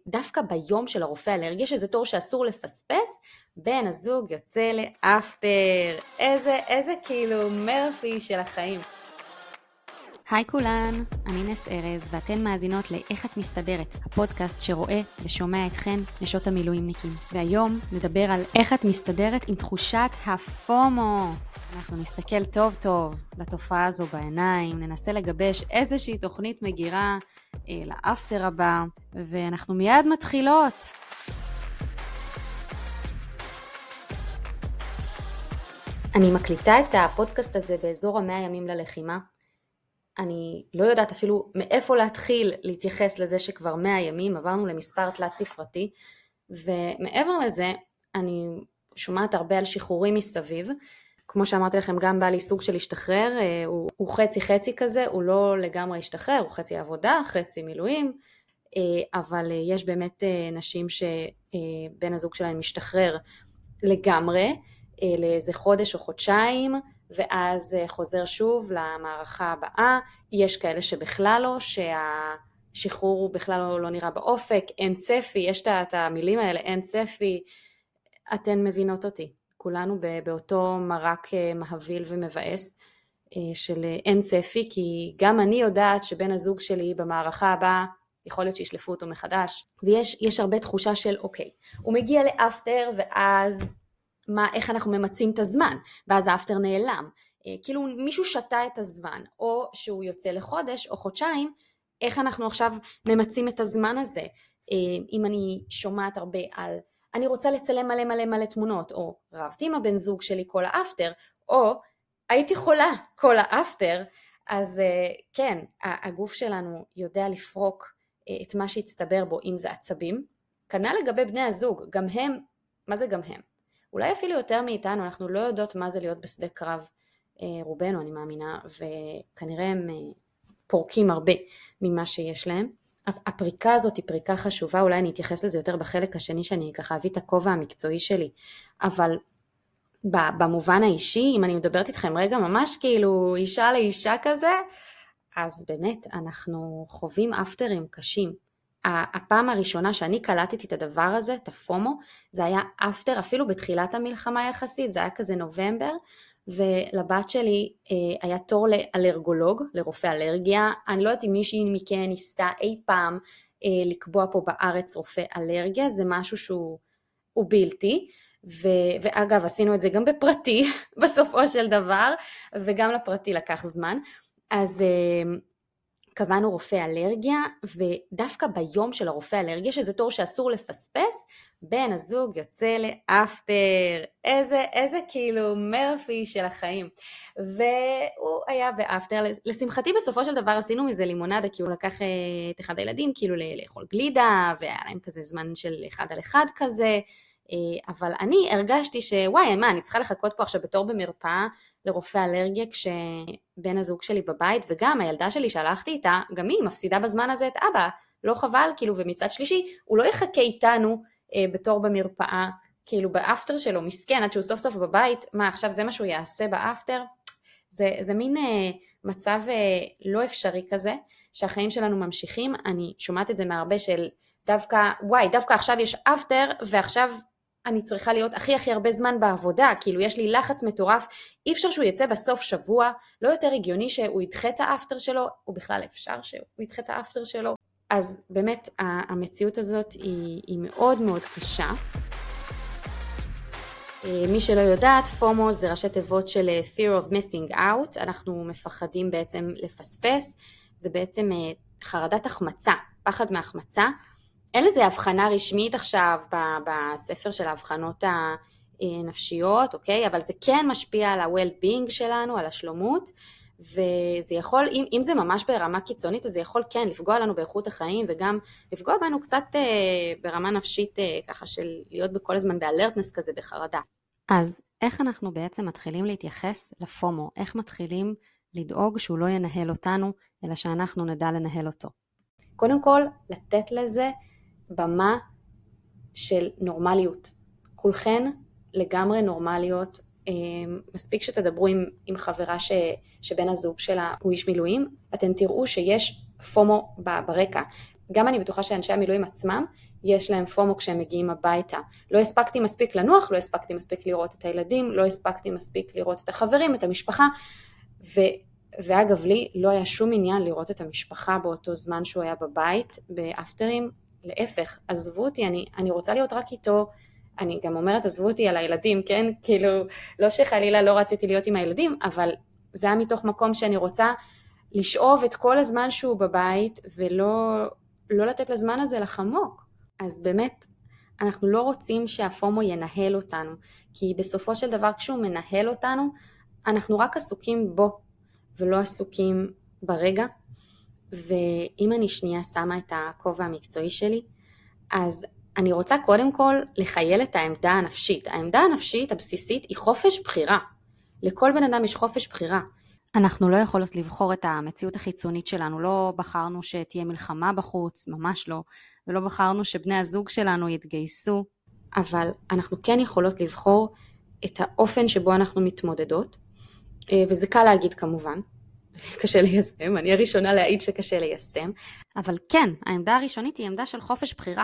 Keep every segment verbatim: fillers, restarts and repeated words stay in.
ודווקא ביום של הרופא אלרגיה, שזה תור שאסור לפספס, בן הזוג יוצא לאפטר. איזה, איזה כאילו מרפי של החיים. היי כולן, אני נס ארז ואתן מאזינות לאיך את מסתדרת, הפודקאסט שרואה ושומע אתכן נשות המילואימניקים. והיום נדבר על איך את מסתדרת עם תחושת הפומו. אנחנו נסתכל טוב טוב לתופעה הזו בעיניים, ננסה לגבש איזושהי תוכנית מגירה אה, לאפטר הבא, ואנחנו מיד מתחילות. אני מקליטה את הפודקאסט הזה באזור המאה ימים ללחימה. אני לא יודעת אפילו מאיפה להתחיל להתייחס לזה שכבר מאה ימים עברנו למספר תלת ספרתי, ומעבר לזה אני שומעת הרבה על שחרורים מסביב. כמו שאמרתי לכם, גם בא לי סוג של להשתחרר, הוא, הוא חצי חצי כזה, הוא לא לגמרי השתחרר, הוא חצי עבודה, חצי מילואים, אבל יש באמת נשים שבן הזוג שלהם משתחרר לגמרי, לאיזה חודש או חודשיים, ואז חוזר שוב למערכה הבאה. יש כאלה שבכלל לא, שהשחרור הוא בכלל לא, לא נראה באופק, אין צפי, יש את המילים האלה, אין צפי, אתן מבינות אותי. כולנו באותו מרק מהביל ומבאס של אין צפי, כי גם אני יודעת שבן הזוג שלי במערכה הבאה, יכול להיות שישלפו אותו מחדש, ויש יש הרבה תחושה של אוקיי, הוא מגיע לאפטר ואז מה, איך אנחנו ממצים את הזמן, ואז האפטר נעלם, כאילו מישהו שתה את הזמן, או שהוא יוצא לחודש או חודשיים, איך אנחנו עכשיו ממצים את הזמן הזה. אם אני שומעת הרבה על אני רוצה לצלם מלא מלא מלא תמונות, או רבתי עם הבן זוג שלי כל האפטר, או הייתי חולה כל האפטר, אז כן, הגוף שלנו יודע לפרוק את מה שהצטבר בו, אם זה עצבים. כנ"ל לגבי בני הזוג, גם הם, מה זה גם הם? אולי אפילו יותר מאיתנו, אנחנו לא יודעות מה זה להיות בשדה קרב, רובנו אני מאמינה, וכנראה הם פורקים הרבה ממה שיש להם. הפריקה הזאת היא פריקה חשובה, אולי אני אתייחס לזה יותר בחלק השני, שאני ככה אביא את הכובע המקצועי שלי, אבל במובן האישי, אם אני מדברת איתכם רגע ממש כאילו אישה לאישה כזה, אז באמת אנחנו חווים אפטרים קשים. הפעם הראשונה שאני קלטתי את הדבר הזה, את הפומו, זה היה אפטר אפילו בתחילת המלחמה יחסית, זה היה כזה נובמבר, ולבת שלי אה, היה תור לאלרגולוג, לרופא אלרגיה. אני לא יודעת אם מישהי מכן ניסתה אי פעם אה, לקבוע פה בארץ רופא אלרגיה, זה משהו שהוא בלתי, ו, ואגב עשינו את זה גם בפרטי בסופו של דבר, וגם לפרטי לקח זמן, אז אה, קבענו רופא אלרגיה, ודווקא ביום של הרופא אלרגיה, שזה תור שאסור לפספס, בן הזוג יוצא לאפטר. איזה, איזה כאילו מרפי של החיים. והוא היה באפטר, לשמחתי בסופו של דבר עשינו מזה לימונדה, כי הוא לקח את אחד הילדים כאילו לאכול גלידה, והיה להם כזה זמן של אחד על אחד כזה, אבל אני הרגשתי שוואי, מה, אני צריכה לחכות פה עכשיו בתור במרפאה לרופא אלרגיה, כשבן הזוג שלי בבית, וגם הילדה שלי שהלכתי איתה, גם היא מפסידה בזמן הזה את אבא, לא חבל, כאילו, ומצד שלישי, הוא לא יחכה איתנו אה, בתור במרפאה, כאילו באפטר שלו, מסכן, עד שהוא סוף סוף בבית, מה, עכשיו זה מה שהוא יעשה באפטר? זה, זה מין אה, מצב אה, לא אפשרי כזה, שהחיים שלנו ממשיכים. אני שומעת את זה מהרבה של דווקא, וואי, דווקא עכשיו יש אפטר, ועכשיו אני צריכה להיות הכי הכי הרבה זמן בעבודה, כאילו יש לי לחץ מטורף, אי אפשר שהוא יצא בסוף שבוע, לא יותר הגיוני שהוא ידחה את האפטר שלו, או בכלל אפשר שהוא ידחה את האפטר שלו. אז באמת המציאות הזאת היא, היא מאוד מאוד קשה. מי שלא יודעת, פומו זה ראשי תיבות של fear of missing out, אנחנו מפחדים בעצם לפספס, זה בעצם חרדת החמצה, פחד מהחמצה. אין לזה הבחנה רשמית עכשיו בספר של ההבחנות הנפשיות, אוקיי? אבל זה כן משפיע על ה-well-being שלנו, על השלומות, וזה יכול, אם, אם זה ממש ברמה קיצונית, אז זה יכול כן לפגוע לנו באיכות החיים, וגם לפגוע בנו קצת אה, ברמה נפשית, אה, ככה של להיות בכל הזמן באלרטנס כזה, בחרדה. אז איך אנחנו בעצם מתחילים להתייחס לפומו? איך מתחילים לדאוג שהוא לא ינהל אותנו, אלא שאנחנו נדע לנהל אותו? קודם כל, לתת לזה במה של נורמליות. כולכן לגמרי נורמליות, מספיק שתדברו עם, עם חברה ש, שבן הזוג שלה הוא איש מילואים, אתם תראו שיש פומו ברקע. גם אני בטוחה שאנשי המילואים עצמם יש להם פומו כשהם מגיעים הביתה. לא הספקתי מספיק לנוח, לא הספקתי מספיק לראות את הילדים, לא הספקתי מספיק לראות את החברים, את המשפחה, ו... ואגב לי לא היה שום עניין לראות את המשפחה באותו זמן שהוא היה בבית, באפטרים, להפך, עזבו אותי, אני, אני רוצה להיות רק איתו, אני גם אומרת עזבו אותי על הילדים, כן? כאילו, לא שחלילה לא רציתי להיות עם הילדים, אבל זה היה מתוך מקום שאני רוצה לשאוב את כל הזמן שהוא בבית, ולא לא לתת לזמן הזה לחמוק. אז באמת, אנחנו לא רוצים שהפומו ינהל אותנו, כי בסופו של דבר כשהוא מנהל אותנו, אנחנו רק עסוקים בו, ולא עסוקים ברגע. ואם אני שנייה שמה את הכובע המקצועי שלי, אז אני רוצה קודם כל לחייל את העמדה הנפשית. העמדה הנפשית הבסיסית היא חופש בחירה. לכל בן אדם יש חופש בחירה. אנחנו לא יכולות לבחור את המציאות החיצונית שלנו, לא בחרנו שתהיה מלחמה בחוץ, ממש לא, ולא בחרנו שבני הזוג שלנו יתגייסו. אבל אנחנו כן יכולות לבחור את האופן שבו אנחנו מתמודדות, וזה קל להגיד כמובן, קשה ליישם, אני הראשונה להעיד שקשה ליישם. אבל כן, העמדה הראשונית היא עמדה של חופש בחירה.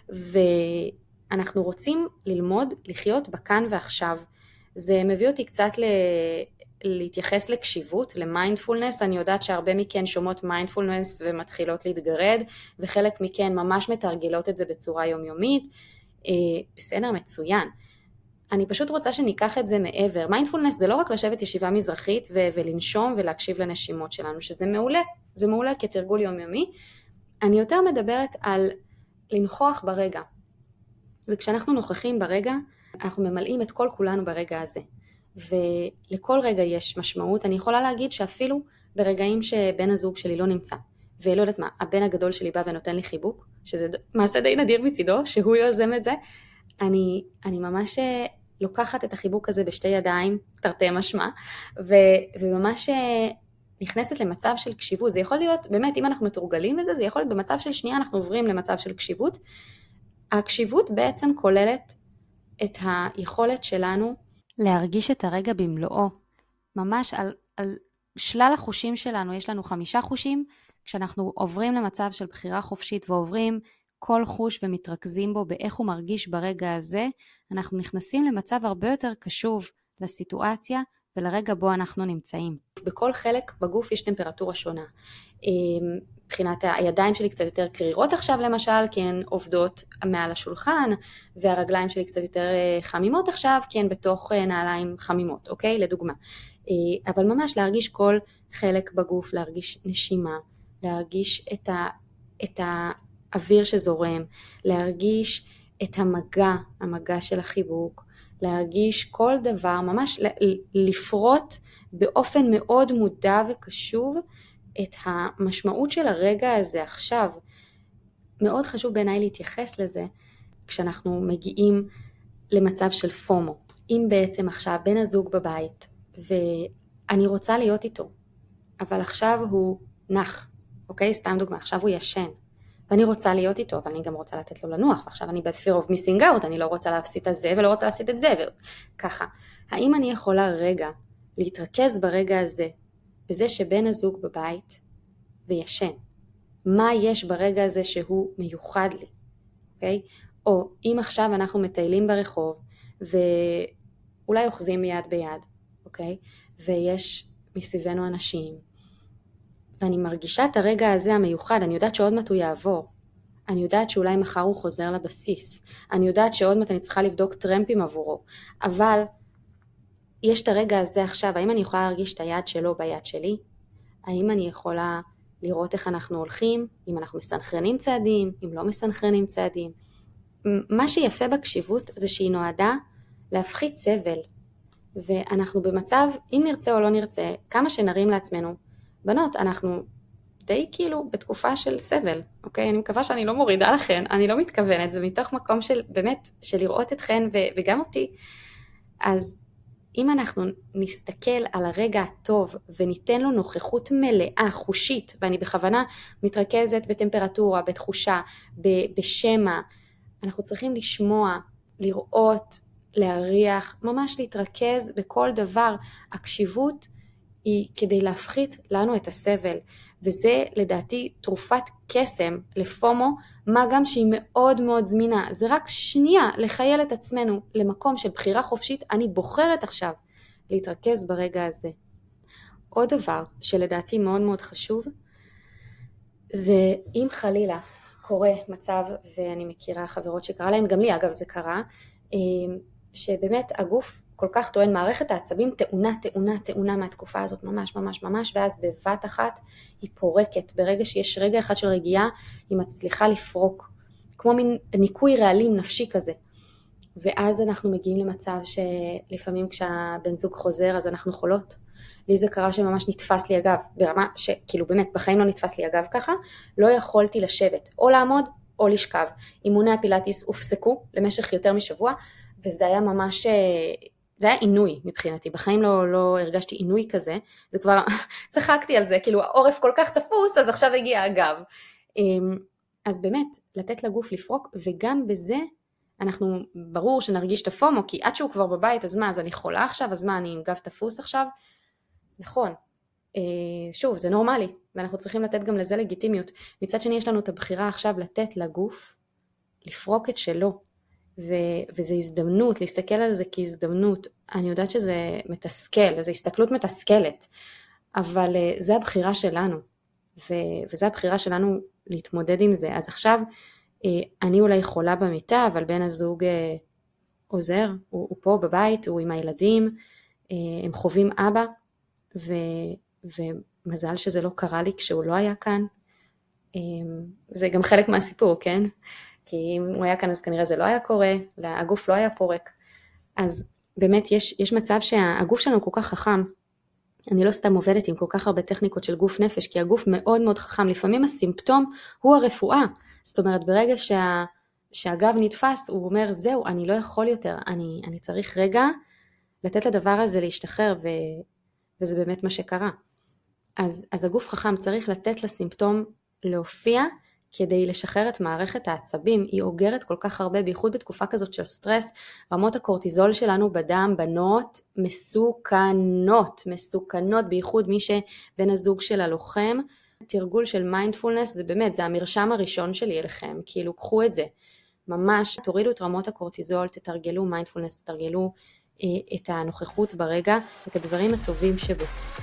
ואנחנו רוצים ללמוד לחיות בכאן ועכשיו. זה מביא אותי קצת ל... להתייחס לקשיבות, למיינדפולנס. אני יודעת שהרבה מכן שומעות מיינדפולנס ומתחילות להתגרד, וחלק מכן ממש מתרגלות את זה בצורה יומיומית. בסדר, מצוין. אני פשוט רוצה שניקח את זה מעבר. מיינדפולנס זה לא רק לשבת ישיבה מזרחית ו- ולנשום ולהקשיב לנשימות שלנו, שזה מעולה, זה מעולה כתרגול יומיומי. אני יותר מדברת על לנכוח ברגע. וכשאנחנו נוכחים ברגע, אנחנו ממלאים את כל כולנו ברגע הזה. ולכל רגע יש משמעות. אני יכולה להגיד שאפילו ברגעים שבן הזוג שלי לא נמצא, ולא יודעת מה, הבן הגדול שלי בא ונותן לי חיבוק, שזה מעשה די נדיר מצידו, שהוא יוזם את זה, אני, אני ממש לוקחת את החיבוק הזה בשתי ידיים, תרתי משמע, ו, וממש נכנסת למצב של קשיבות. זה יכול להיות, באמת, אם אנחנו מתורגלים בזה, זה יכול להיות במצב של שנייה, אנחנו עוברים למצב של קשיבות. הקשיבות בעצם כוללת את היכולת שלנו להרגיש את הרגע במלואו. ממש על, על שלל החושים שלנו, יש לנו חמישה חושים, כשאנחנו עוברים למצב של בחירה חופשית ועוברים כל חוש ומתרכזים בו באיך הוא מרגיש ברגע הזה, אנחנו נכנסים למצב הרבה יותר קשוב לסיטואציה ולרגע בו אנחנו נמצאים. בכל חלק בגוף יש טמפרטורה שונה. מבחינת הידיים שלי קצת יותר קרירות עכשיו למשל, כי הן עובדות מעל השולחן, והרגליים שלי קצת יותר חמימות עכשיו, כי הן בתוך נעליים חמימות, אוקיי? לדוגמה. אבל ממש להרגיש כל חלק בגוף, להרגיש נשימה, להרגיש את ה... את ה אוויר שזורם, להרגיש את המגע, המגע של החיבוק, להרגיש כל דבר, ממש לפרוט באופן מאוד מודע וקשוב את המשמעות של הרגע הזה עכשיו. מאוד חשוב בעיניי להתייחס לזה כשאנחנו מגיעים למצב של פומו. אם בעצם עכשיו בן הזוג בבית ואני רוצה להיות איתו, אבל עכשיו הוא נח, אוקיי? סתם דוגמה, עכשיו הוא ישן. ואני רוצה להיות איתו, אבל אני גם רוצה לתת לו לנוח, ועכשיו אני ב-fear of missing out, אני לא רוצה להפסיד את זה ולא רוצה להפסיד את זה, וככה. האם אני יכולה רגע להתרכז ברגע הזה, בזה שבן הזוג בבית וישן? מה יש ברגע הזה שהוא מיוחד לי? אוקיי? או אם עכשיו אנחנו מטיילים ברחוב, ואולי אוחזים מיד ביד, אוקיי? ויש מסביבנו אנשים, ואני מרגישה את הרגע הזה המיוחד, אני יודעת שעוד מעט הוא יעבור, אני יודעת שאולי מחר הוא חוזר לבסיס, אני יודעת שעוד מעט אני צריכה לבדוק טרמפים עבורו, אבל יש את הרגע הזה עכשיו, האם אני יכולה להרגיש את היד שלו ביד שלי? האם אני יכולה לראות איך אנחנו הולכים, אם אנחנו מסנכרנים צעדים, אם לא מסנכרנים צעדים? מה שיפה בקשיבות זה שהיא נועדה להפחית סבל, ואנחנו במצב, אם נרצה או לא נרצה, כמה שנרים לעצמנו, בנות, אנחנו די כאילו בתקופה של סבל, אוקיי? אני מקווה שאני לא מורידה לכן, אני לא מתכוונת, זה מתוך מקום של באמת, של לראות אתכן ו- וגם אותי. אז אם אנחנו נסתכל על הרגע הטוב וניתן לו נוכחות מלאה, חושית, ואני בכוונה מתרכזת בטמפרטורה, בתחושה, ב- בשמה, אנחנו צריכים לשמוע, לראות, להריח, ממש להתרכז בכל דבר. הקשיבות היא כדי להפחית לנו את הסבל, וזה לדעתי תרופת קסם לפומו, מה גם שהיא מאוד מאוד זמינה. זה רק שנייה לחייל את עצמנו למקום של בחירה חופשית, אני בוחרת עכשיו להתרכז ברגע הזה. עוד דבר שלדעתי מאוד מאוד חשוב, זה אם חלילה קורה מצב, ואני מכירה חברות שקרה להם, גם לי אגב זה קרה, שבאמת הגוף כל כך טוען, מערכת העצבים תאונה, תאונה, תאונה מהתקופה הזאת ממש ממש ממש, ואז בבת אחת היא פורקת, ברגע שיש רגע אחד של רגיעה, היא מצליחה לפרוק, כמו מין ניקוי רעלים נפשי כזה, ואז אנחנו מגיעים למצב שלפעמים כשהבן זוג חוזר, אז אנחנו חולות. לי זה קרה שממש נתפס לי הגב, ברמה שכאילו באמת בחיים לא נתפס לי הגב ככה, לא יכולתי לשבת, או לעמוד או לשכב. אימוני הפילאטיס הופסקו למשך יותר משבוע, וזה היה ממש, זה היה עינוי מבחינתי, בחיים לא, לא הרגשתי עינוי כזה, זה כבר, צחקתי על זה, כאילו העורף כל כך תפוס, אז עכשיו הגיע הגב. אז באמת, לתת לגוף לפרוק, וגם בזה, אנחנו, ברור שנרגיש את הפומו, כי עד שהוא כבר בבית, אז מה, אז אני חולה עכשיו, אז מה, אני עם גב תפוס עכשיו? נכון. שוב, זה נורמלי, ואנחנו צריכים לתת גם לזה לגיטימיות. מצד שני, יש לנו את הבחירה עכשיו לתת לגוף, לפרוק את שלו, ו- וזו הזדמנות, להסתכל על זה כהזדמנות. אני יודעת שזה מתסכל, זו הסתכלות מתסכלת, אבל זה הבחירה שלנו, ו- וזו הבחירה שלנו להתמודד עם זה. אז עכשיו, אני אולי חולה במיטה, אבל בן הזוג עוזר, הוא, הוא פה בבית, הוא עם הילדים, הם חווים אבא, ו, ומזל שזה לא קרה לי כשהוא לא היה כאן. זה גם חלק מהסיפור, כן? כי אם הוא היה כאן אז כנראה זה לא היה קורה, הגוף לא היה פורק. אז באמת יש, יש מצב שהגוף שלנו כל כך חכם, אני לא סתם עובדת עם כל כך הרבה טכניקות של גוף נפש, כי הגוף מאוד מאוד חכם, לפעמים הסימפטום הוא הרפואה, זאת אומרת ברגע שה, שהגב נתפס, הוא אומר זהו, אני לא יכול יותר, אני, אני צריך רגע לתת לדבר הזה להשתחרר, ו, וזה באמת מה שקרה. אז, אז הגוף חכם צריך לתת לסימפטום להופיע, כדי לשחרר את מערכת העצבים, היא אוגרת כל כך הרבה, בייחוד בתקופה כזאת של סטרס, רמות הקורטיזול שלנו בדם, בנות, מסוכנות, מסוכנות, בייחוד מי שבן הזוג שלה לוחם, תרגול של מיינדפולנס, זה באמת, זה המרשם הראשון שלי אליכם, כאילו קחו את זה, ממש תורידו את רמות הקורטיזול, תתרגלו מיינדפולנס, תתרגלו אה, את הנוכחות ברגע, את הדברים הטובים שבו.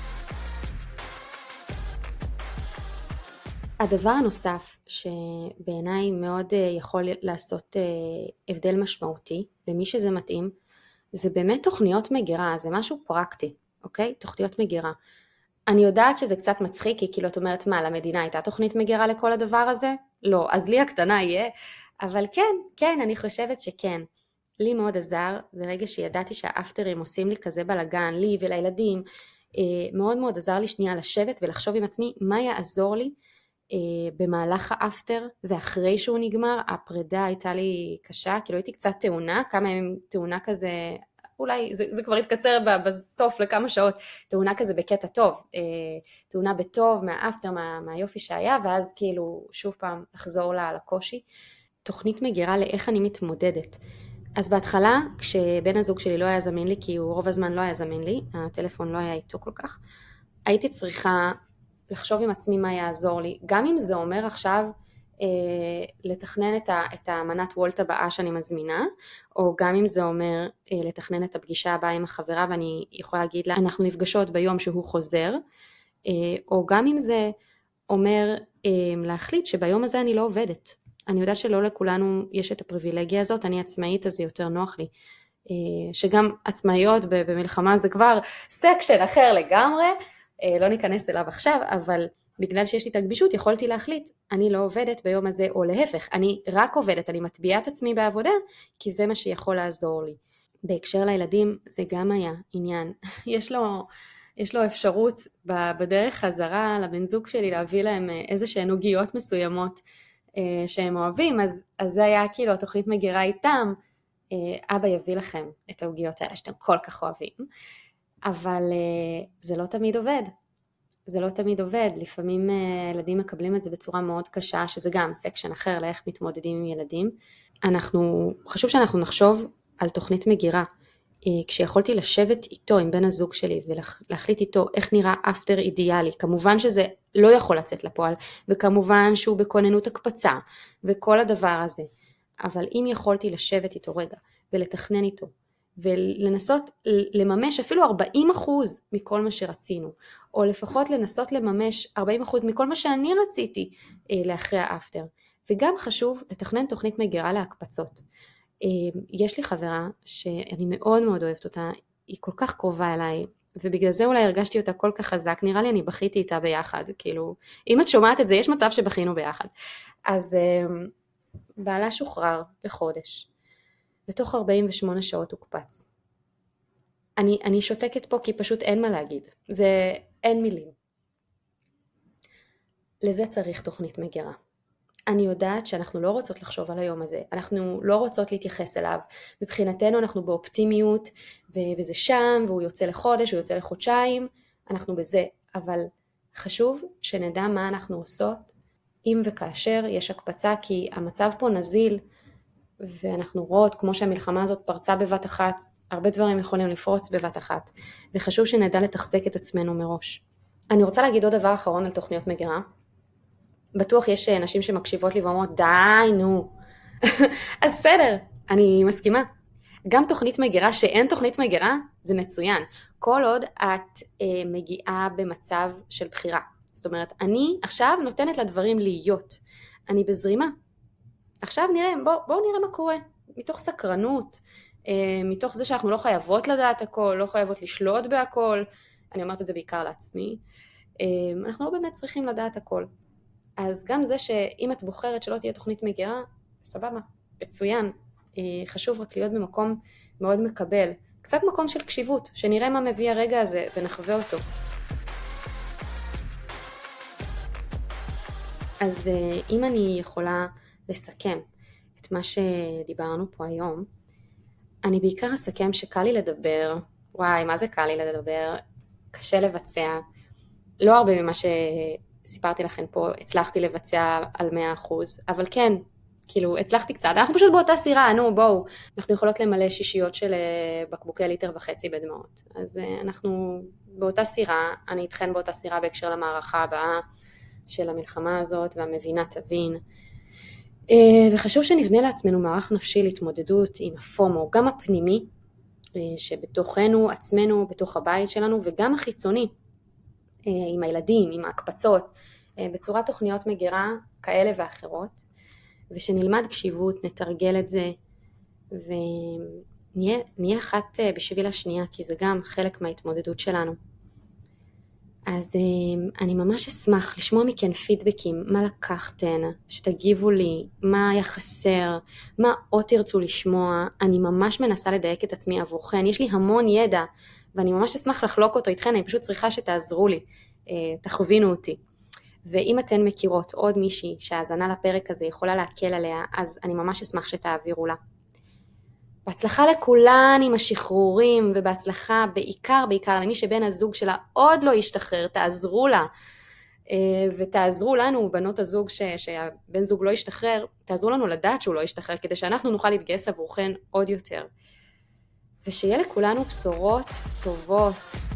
הדבר הנוסף שבעיניי מאוד יכול לעשות הבדל משמעותי, למי שזה מתאים, זה באמת תוכניות מגירה, זה משהו פרקטי, אוקיי? תוכניות מגירה. אני יודעת שזה קצת מצחיק, כי כאילו את אומרת מה, למדינה הייתה תוכנית מגירה לכל הדבר הזה? לא, אז לי הקטנה יהיה, אבל כן, כן, אני חושבת שכן. לי מאוד עזר, ברגע שידעתי שהאפטרים עושים לי כזה בלגן, לי ולילדים, מאוד מאוד עזר לי שנייה לשבת ולחשוב עם עצמי, מה יעזור לי, במהלך האפטר ואחרי שהוא נגמר. הפרידה הייתה לי קשה, כאילו הייתי קצת תאונה, כמה ימים תאונה כזה, אולי זה, זה כבר התקצר בסוף לכמה שעות, תאונה כזה בקטע טוב, תאונה בטוב מהאפטר, מה, מהיופי שהיה, ואז כאילו שוב פעם לחזור לה לקושי. תוכנית מגירה לאיך אני מתמודדת. אז בהתחלה, כשבן הזוג שלי לא היה זמין לי, כי הוא רוב הזמן לא היה זמין לי, הטלפון לא היה איתו כל כך, הייתי צריכה לחשוב עם עצמי מה יעזור לי, גם אם זה אומר עכשיו אה, לתכנן את, ה, את המנת וולט הבאה שאני מזמינה, או גם אם זה אומר אה, לתכנן את הפגישה הבאה עם החברה, ואני יכולה להגיד לה, אנחנו נפגשות ביום שהוא חוזר, אה, או גם אם זה אומר אה, להחליט שביום הזה אני לא עובדת. אני יודעת שלא לכולנו יש את הפריבילגיה הזאת, אני עצמאית אז זה יותר נוח לי, אה, שגם עצמאיות במלחמה זה כבר סקשן אחר לגמרי, לא ניכנס אליו עכשיו, אבל בגלל שיש לי את הגבישות יכולתי להחליט, אני לא עובדת ביום הזה, או להפך, אני רק עובדת, אני מטביעה את עצמי בעבודה, כי זה מה שיכול לעזור לי. בהקשר לילדים זה גם היה עניין, יש לו, יש לו אפשרות בדרך חזרה לבן זוג שלי להביא להם איזה שהן עוגיות מסוימות שהם אוהבים, אז, אז זה היה כאילו התוכנית מגירה איתם, אבא יביא לכם את העוגיות האלה שאתם כל כך אוהבים, אבל uh, זה לא תמיד עובד, זה לא תמיד עובד, לפעמים uh, ילדים מקבלים את זה בצורה מאוד קשה, שזה גם סקשן אחר לאיך מתמודדים עם ילדים. אנחנו, חשוב שאנחנו נחשוב על תוכנית מגירה, כשיכולתי לשבת איתו, עם בן הזוג שלי, ולהחליט איתו איך נראה אפטר אידיאלי. כמובן שזה לא יכול לצאת לפועל, וכמובן שהוא בכוננות הקפצה, וכל הדבר הזה. אבל אם יכולתי לשבת איתו רגע, ולתכנן איתו, ולנסות לממש אפילו ארבעים אחוז מכל מה שרצינו, או לפחות לנסות לממש ארבעים אחוז מכל מה שאני רציתי לאחרי האפטר. וגם חשוב לתכנן תוכנית מגירה להקפצות. יש לי חברה שאני מאוד מאוד אוהבת אותה, היא כל כך קרובה אליי, ובגלל זה אולי הרגשתי אותה כל כך חזק, נראה לי אני בכיתי איתה ביחד, כאילו, אם את שומעת את זה, יש מצב שבכינו ביחד. אז בעלה שוחרר לחודש, ותוך ארבעים ושמונה שעות הוקפץ. אני, אני שותקת פה כי פשוט אין מה להגיד, זה אין מילים. לזה צריך תוכנית מגירה. אני יודעת שאנחנו לא רוצות לחשוב על היום הזה, אנחנו לא רוצות להתייחס אליו, מבחינתנו אנחנו באופטימיות, וזה שם, והוא יוצא לחודש, הוא יוצא לחודשיים, אנחנו בזה, אבל חשוב שנדע מה אנחנו עושות, אם וכאשר יש הקפצה, כי המצב פה נזיל, ואנחנו רואות כמו שהמלחמה הזאת פרצה בבת אחת, הרבה דברים יכולים לפרוץ בבת אחת, וחשוב שנדע לתחזק את עצמנו מראש. אני רוצה להגיד עוד דבר אחרון על תוכניות מגירה, בטוח יש נשים שמקשיבות לי ואומרות, די, נו. אז בסדר, אני מסכימה. גם תוכנית מגירה, שאין תוכנית מגירה, זה מצוין. כל עוד את אה, מגיעה במצב של בחירה. זאת אומרת, אני עכשיו נותנת לדברים להיות. אני בזרימה. עכשיו נראה, בוא, בואו נראה מה קורה. מתוך סקרנות, אה, מתוך זה שאנחנו לא חייבות לדעת הכל, לא חייבות לשלוט בהכל. אני אומרת את זה בעיקר לעצמי. אה, אנחנו לא באמת צריכים לדעת הכל. אז גם זה שאם את בוחרת שלא תהיה תוכנית מגירה, סבבה, מצוין. חשוב רק להיות במקום מאוד מקבל. קצת מקום של קשיבות, שנראה מה מביא הרגע הזה ונחווה אותו. אז אם אני יכולה לסכם את מה שדיברנו פה היום, אני בעיקר אסכם שקל לי לדבר, וואי, מה זה קל לי לדבר? קשה לבצע. לא הרבה ממה ש... סיפרתי לכם פה, הצלחתי לבצע על מאה אחוז, אבל כן, כאילו, הצלחתי קצת, אנחנו פשוט באותה סירה, נו, בואו, אנחנו יכולות למלא שישיות של בקבוקי ליטר וחצי בדמעות, אז אנחנו באותה סירה, אני איתכן באותה סירה בהקשר למערכה הבאה של המלחמה הזאת, והמבינה תבין, וחשוב שנבנה לעצמנו מערך נפשי להתמודדות עם הפומו, גם הפנימי, שבתוכנו, עצמנו, בתוך הבית שלנו, וגם החיצוני, עם הילדים, עם ההקפצות, בצורת תוכניות מגירה כאלה ואחרות, ושנלמד קשיבות, נתרגל את זה, ונהיה אחת בשביל השנייה, כי זה גם חלק מההתמודדות שלנו. אז אני ממש אשמח לשמוע מכן פידבקים, מה לקחתן, שתגיבו לי, מה היה חסר, מה עוד תרצו לשמוע, אני ממש מנסה לדייק את עצמי עבורכן, יש לי המון ידע, ואני ממש אשמח לחלוק אותו איתכן, אני פשוט צריכה שתעזרו לי, תכווינו אותי. ואם אתן מכירות עוד מישהי שהאזנה לפרק הזה יכולה להקל עליה, אז אני ממש אשמח שתעבירו לה. בהצלחה לכולן עם השחרורים, ובהצלחה בעיקר בעיקר למי שבן הזוג שלה עוד לא ישתחרר, תעזרו לה, ותעזרו לנו, בנות הזוג ש, שהבן זוג לא ישתחרר, תעזרו לנו לדעת שהוא לא ישתחרר, כדי שאנחנו נוכל להתגייס עבורכן עוד יותר. ושיהיה לכולנו בשורות טובות.